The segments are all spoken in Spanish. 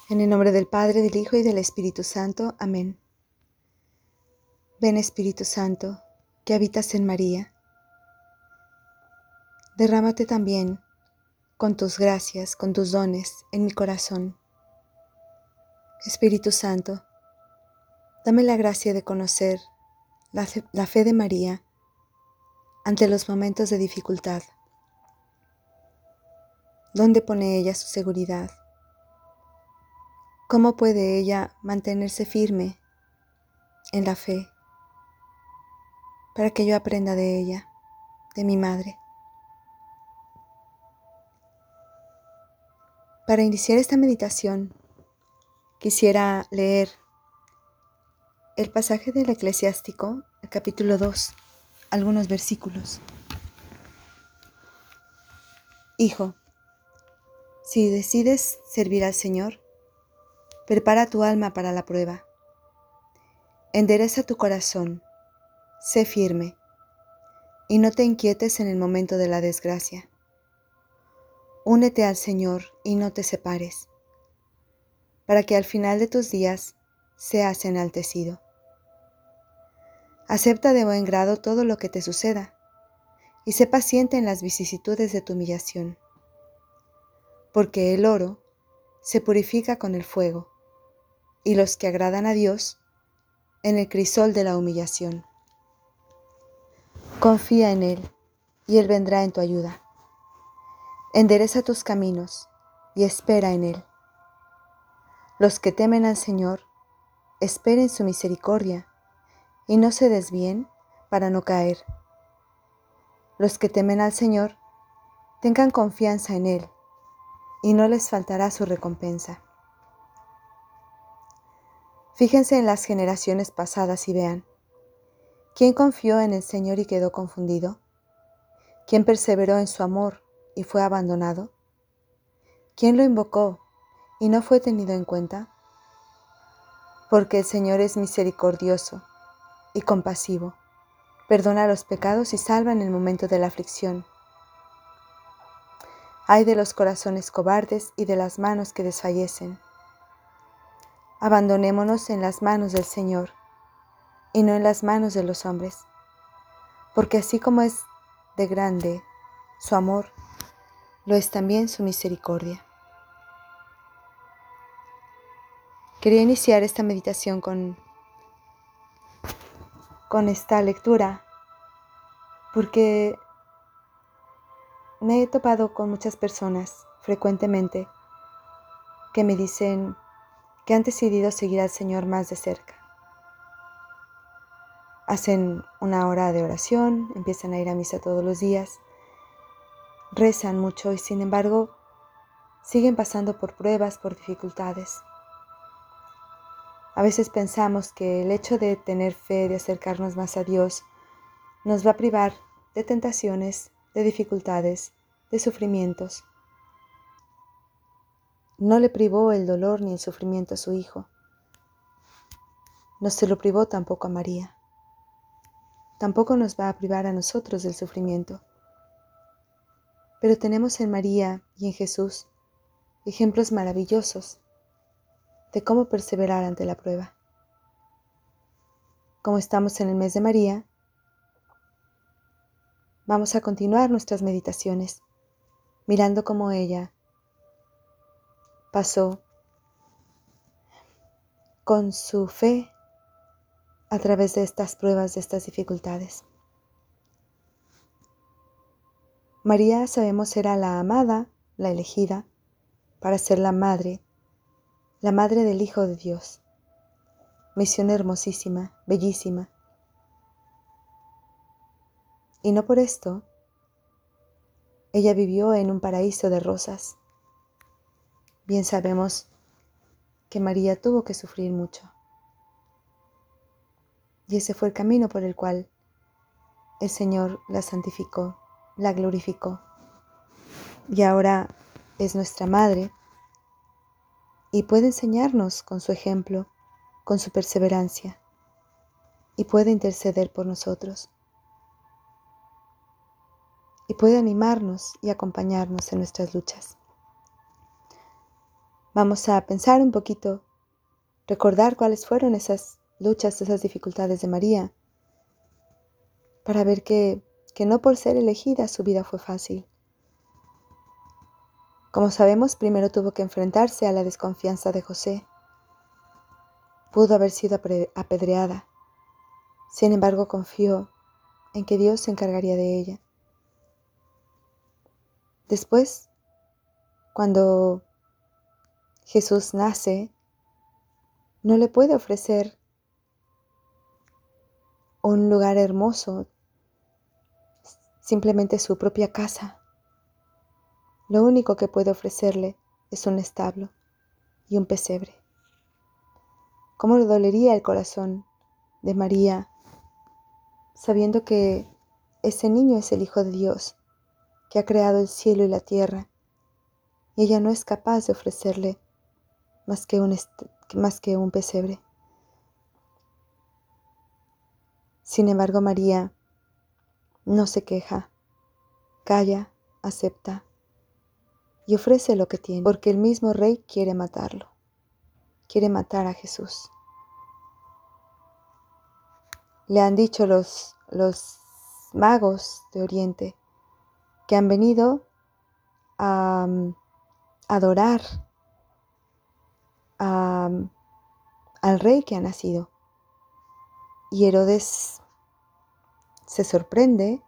En el nombre del Padre, del Hijo y del Espíritu Santo. Amén. Ven, Espíritu Santo, que habitas en María. Derrámate también con tus gracias, con tus dones en mi corazón. Espíritu Santo, dame la gracia de conocer la fe de María ante los momentos de dificultad. ¿Dónde pone ella su seguridad? ¿Cómo puede ella mantenerse firme en la fe para que yo aprenda de ella, de mi madre? Para iniciar esta meditación, quisiera leer el pasaje del Eclesiástico, el capítulo 2, algunos versículos. Hijo, si decides servir al Señor, prepara tu alma para la prueba. Endereza tu corazón, sé firme, y no te inquietes en el momento de la desgracia. Únete al Señor y no te separes, para que al final de tus días seas enaltecido. Acepta de buen grado todo lo que te suceda, y sé paciente en las vicisitudes de tu humillación, porque el oro se purifica con el fuego, y los que agradan a Dios en el crisol de la humillación. Confía en Él, y Él vendrá en tu ayuda. Endereza tus caminos, y espera en Él. Los que temen al Señor, esperen su misericordia, y no se desvíen para no caer. Los que temen al Señor, tengan confianza en Él, y no les faltará su recompensa. Fíjense en las generaciones pasadas y vean, ¿quién confió en el Señor y quedó confundido? ¿Quién perseveró en su amor y fue abandonado? ¿Quién lo invocó y no fue tenido en cuenta? Porque el Señor es misericordioso y compasivo, perdona los pecados y salva en el momento de la aflicción. Ay de los corazones cobardes y de las manos que desfallecen. Abandonémonos en las manos del Señor y no en las manos de los hombres, porque así como es de grande su amor, lo es también su misericordia. Quería iniciar esta meditación con esta lectura, porque me he topado con muchas personas frecuentemente que me dicen que han decidido seguir al Señor más de cerca. Hacen una hora de oración, empiezan a ir a misa todos los días, rezan mucho y sin embargo siguen pasando por pruebas, por dificultades. A veces pensamos que el hecho de tener fe, de acercarnos más a Dios, nos va a privar de tentaciones, de dificultades, de sufrimientos. No le privó el dolor ni el sufrimiento a su Hijo. No se lo privó tampoco a María. Tampoco nos va a privar a nosotros del sufrimiento. Pero tenemos en María y en Jesús ejemplos maravillosos de cómo perseverar ante la prueba. Como estamos en el mes de María, vamos a continuar nuestras meditaciones, mirando cómo ella pasó con su fe a través de estas pruebas, de estas dificultades. María, sabemos, era la amada, la elegida, para ser la madre del Hijo de Dios. Misión hermosísima, bellísima. Y no por esto, ella vivió en un paraíso de rosas. Bien sabemos que María tuvo que sufrir mucho. Y ese fue el camino por el cual el Señor la santificó, la glorificó. Y ahora es nuestra madre y puede enseñarnos con su ejemplo, con su perseverancia, y puede interceder por nosotros. Y puede animarnos y acompañarnos en nuestras luchas. Vamos a pensar un poquito, recordar cuáles fueron esas luchas, esas dificultades de María, para ver que no por ser elegida su vida fue fácil. Como sabemos, primero tuvo que enfrentarse a la desconfianza de José. Pudo haber sido apedreada. Sin embargo, confió en que Dios se encargaría de ella. Después, cuando Jesús nace, no le puede ofrecer un lugar hermoso, simplemente su propia casa. Lo único que puede ofrecerle es un establo y un pesebre. ¿Cómo le dolería el corazón de María sabiendo que ese niño es el Hijo de Dios, que ha creado el cielo y la tierra, y ella no es capaz de ofrecerle más que un pesebre? Sin embargo, María no se queja, calla, acepta y ofrece lo que tiene, porque el mismo rey quiere matarlo, quiere matar a Jesús. Le han dicho los magos de Oriente que han venido a adorar al rey que ha nacido. Y Herodes se sorprende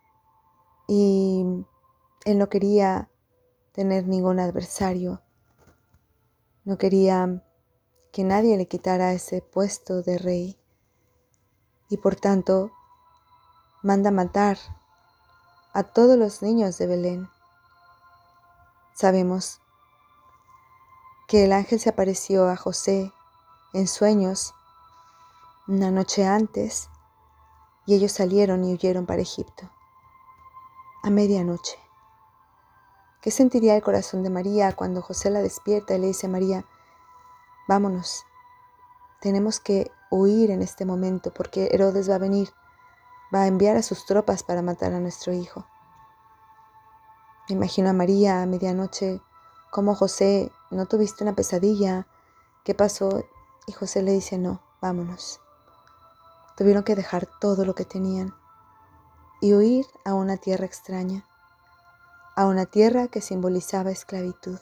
y él no quería tener ningún adversario, no quería que nadie le quitara ese puesto de rey y por tanto manda matar a todos los niños de Belén. Sabemos que el ángel se apareció a José en sueños una noche antes y ellos salieron y huyeron para Egipto a medianoche. ¿Qué sentiría el corazón de María cuando José la despierta y le dice: María, vámonos, tenemos que huir en este momento porque Herodes va a venir, va a enviar a sus tropas para matar a nuestro hijo? Me imagino a María a medianoche, como: José, ¿no tuviste una pesadilla? ¿Qué pasó? Y José le dice: no, vámonos. Tuvieron que dejar todo lo que tenían y huir a una tierra extraña, a una tierra que simbolizaba esclavitud.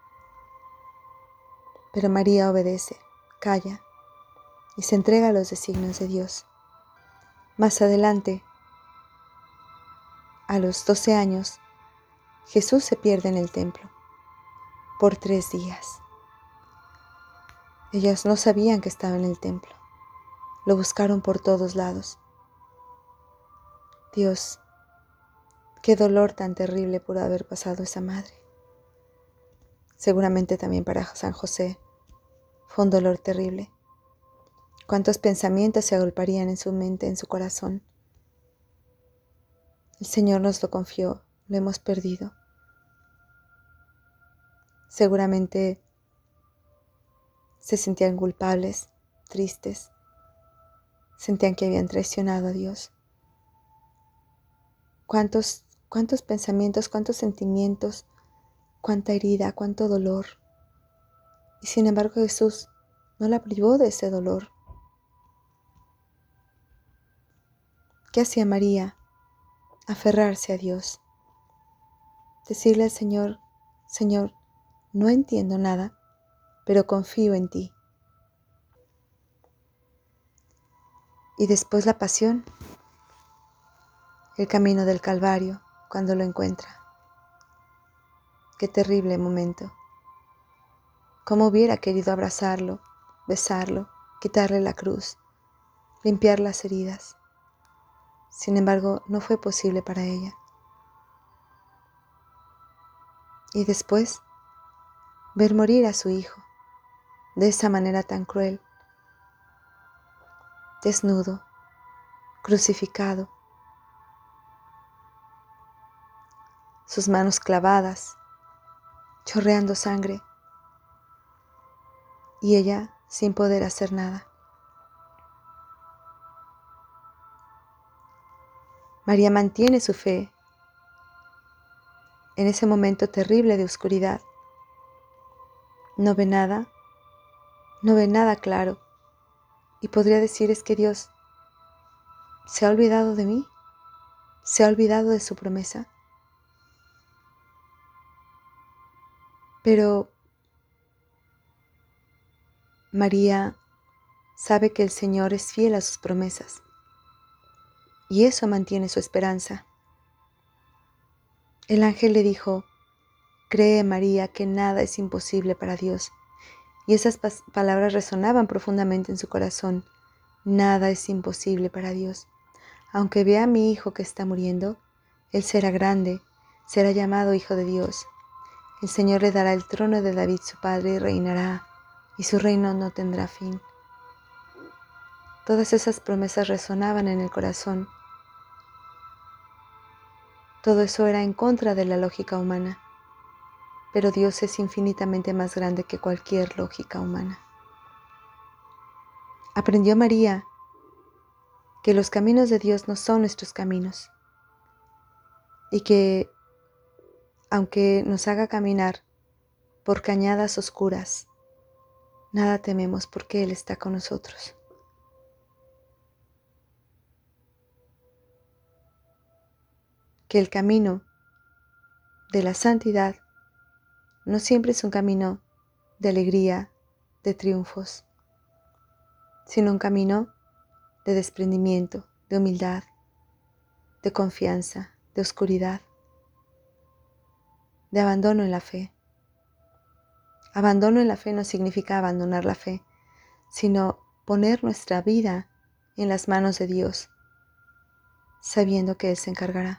Pero María obedece, calla y se entrega a los designios de Dios. Más adelante, a los 12 años, Jesús se pierde en el templo por 3 días. Ellos no sabían que estaba en el templo. Lo buscaron por todos lados. Dios, qué dolor tan terrible pudo haber pasado esa madre. Seguramente también para San José fue un dolor terrible. Cuántos pensamientos se agolparían en su mente, en su corazón. El Señor nos lo confió, lo hemos perdido. Seguramente se sentían culpables, tristes, sentían que habían traicionado a Dios. Cuántos pensamientos, cuántos sentimientos, cuánta herida, cuánto dolor. Y sin embargo Jesús no la privó de ese dolor. ¿Qué hacía María? Aferrarse a Dios. Decirle al Señor: Señor, no entiendo nada, pero confío en ti. Y después la pasión, el camino del Calvario, cuando lo encuentra. Qué terrible momento. Cómo hubiera querido abrazarlo, besarlo, quitarle la cruz, limpiar las heridas. Sin embargo, no fue posible para ella. Y después, ver morir a su hijo de esa manera tan cruel, desnudo, crucificado, sus manos clavadas, chorreando sangre, y ella sin poder hacer nada. María mantiene su fe en ese momento terrible de oscuridad. no ve nada, no ve nada claro, y podría decir es que Dios se ha olvidado de mí, se ha olvidado de su promesa. Pero María sabe que el Señor es fiel a sus promesas, y eso mantiene su esperanza. El ángel le dijo: cree, María, que nada es imposible para Dios. Y esas palabras resonaban profundamente en su corazón. Nada es imposible para Dios. Aunque vea a mi hijo que está muriendo, él será grande, será llamado Hijo de Dios. El Señor le dará el trono de David su padre y reinará, y su reino no tendrá fin. Todas esas promesas resonaban en el corazón. Todo eso era en contra de la lógica humana, pero Dios es infinitamente más grande que cualquier lógica humana. Aprendió María que los caminos de Dios no son nuestros caminos, y que, aunque nos haga caminar por cañadas oscuras, nada tememos porque Él está con nosotros. Que el camino de la santidad no siempre es un camino de alegría, de triunfos, sino un camino de desprendimiento, de humildad, de confianza, de oscuridad, de abandono en la fe. Abandono en la fe no significa abandonar la fe, sino poner nuestra vida en las manos de Dios, sabiendo que Él se encargará.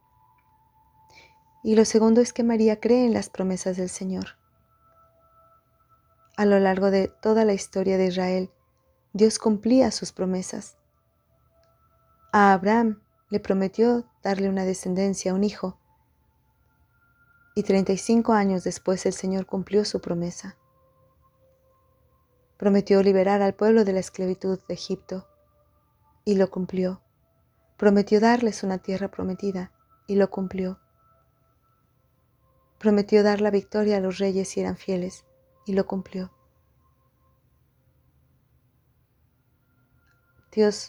Y lo segundo es que María cree en las promesas del Señor. A lo largo de toda la historia de Israel, Dios cumplía sus promesas. A Abraham le prometió darle una descendencia, un hijo, y 35 años después el Señor cumplió su promesa. Prometió liberar al pueblo de la esclavitud de Egipto, y lo cumplió. Prometió darles una tierra prometida, y lo cumplió. Prometió dar la victoria a los reyes si eran fieles, y lo cumplió. Dios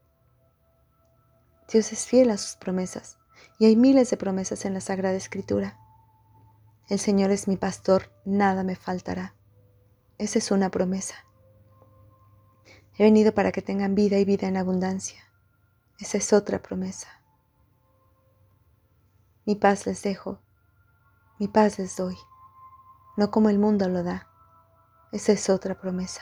es fiel a sus promesas, y hay miles de promesas en la Sagrada Escritura. El Señor es mi pastor, nada me faltará. Esa es una promesa. He venido para que tengan vida y vida en abundancia. Esa es otra promesa. Mi paz les dejo, mi paz les doy, no como el mundo lo da. Esa es otra promesa.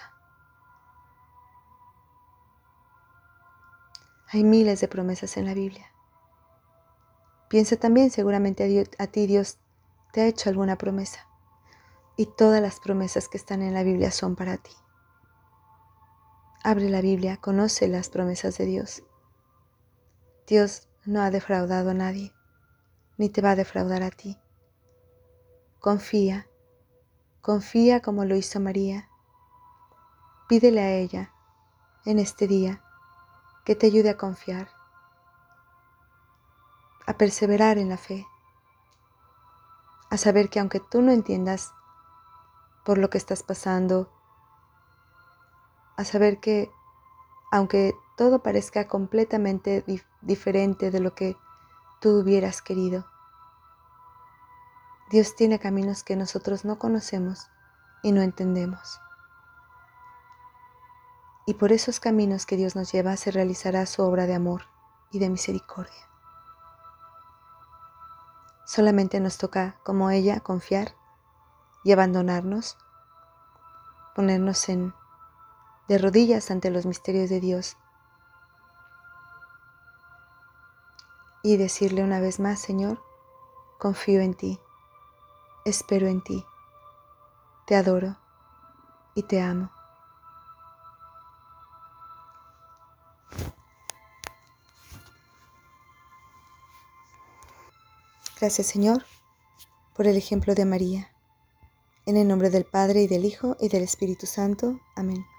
Hay miles de promesas en la Biblia. Piensa también, seguramente a ti Dios te ha hecho alguna promesa. Y todas las promesas que están en la Biblia son para ti. Abre la Biblia, conoce las promesas de Dios. Dios no ha defraudado a nadie, ni te va a defraudar a ti. Confía, confía como lo hizo María. Pídele a ella en este día que te ayude a confiar, a perseverar en la fe, a saber que aunque tú no entiendas por lo que estás pasando, a saber que aunque todo parezca completamente diferente de lo que tú hubieras querido, Dios tiene caminos que nosotros no conocemos y no entendemos. Y por esos caminos que Dios nos lleva se realizará su obra de amor y de misericordia. Solamente nos toca, como ella, confiar y abandonarnos, ponernos de rodillas ante los misterios de Dios y decirle una vez más: Señor, confío en ti, espero en ti, te adoro y te amo. Gracias, Señor, por el ejemplo de María. En el nombre del Padre, y del Hijo, y del Espíritu Santo. Amén.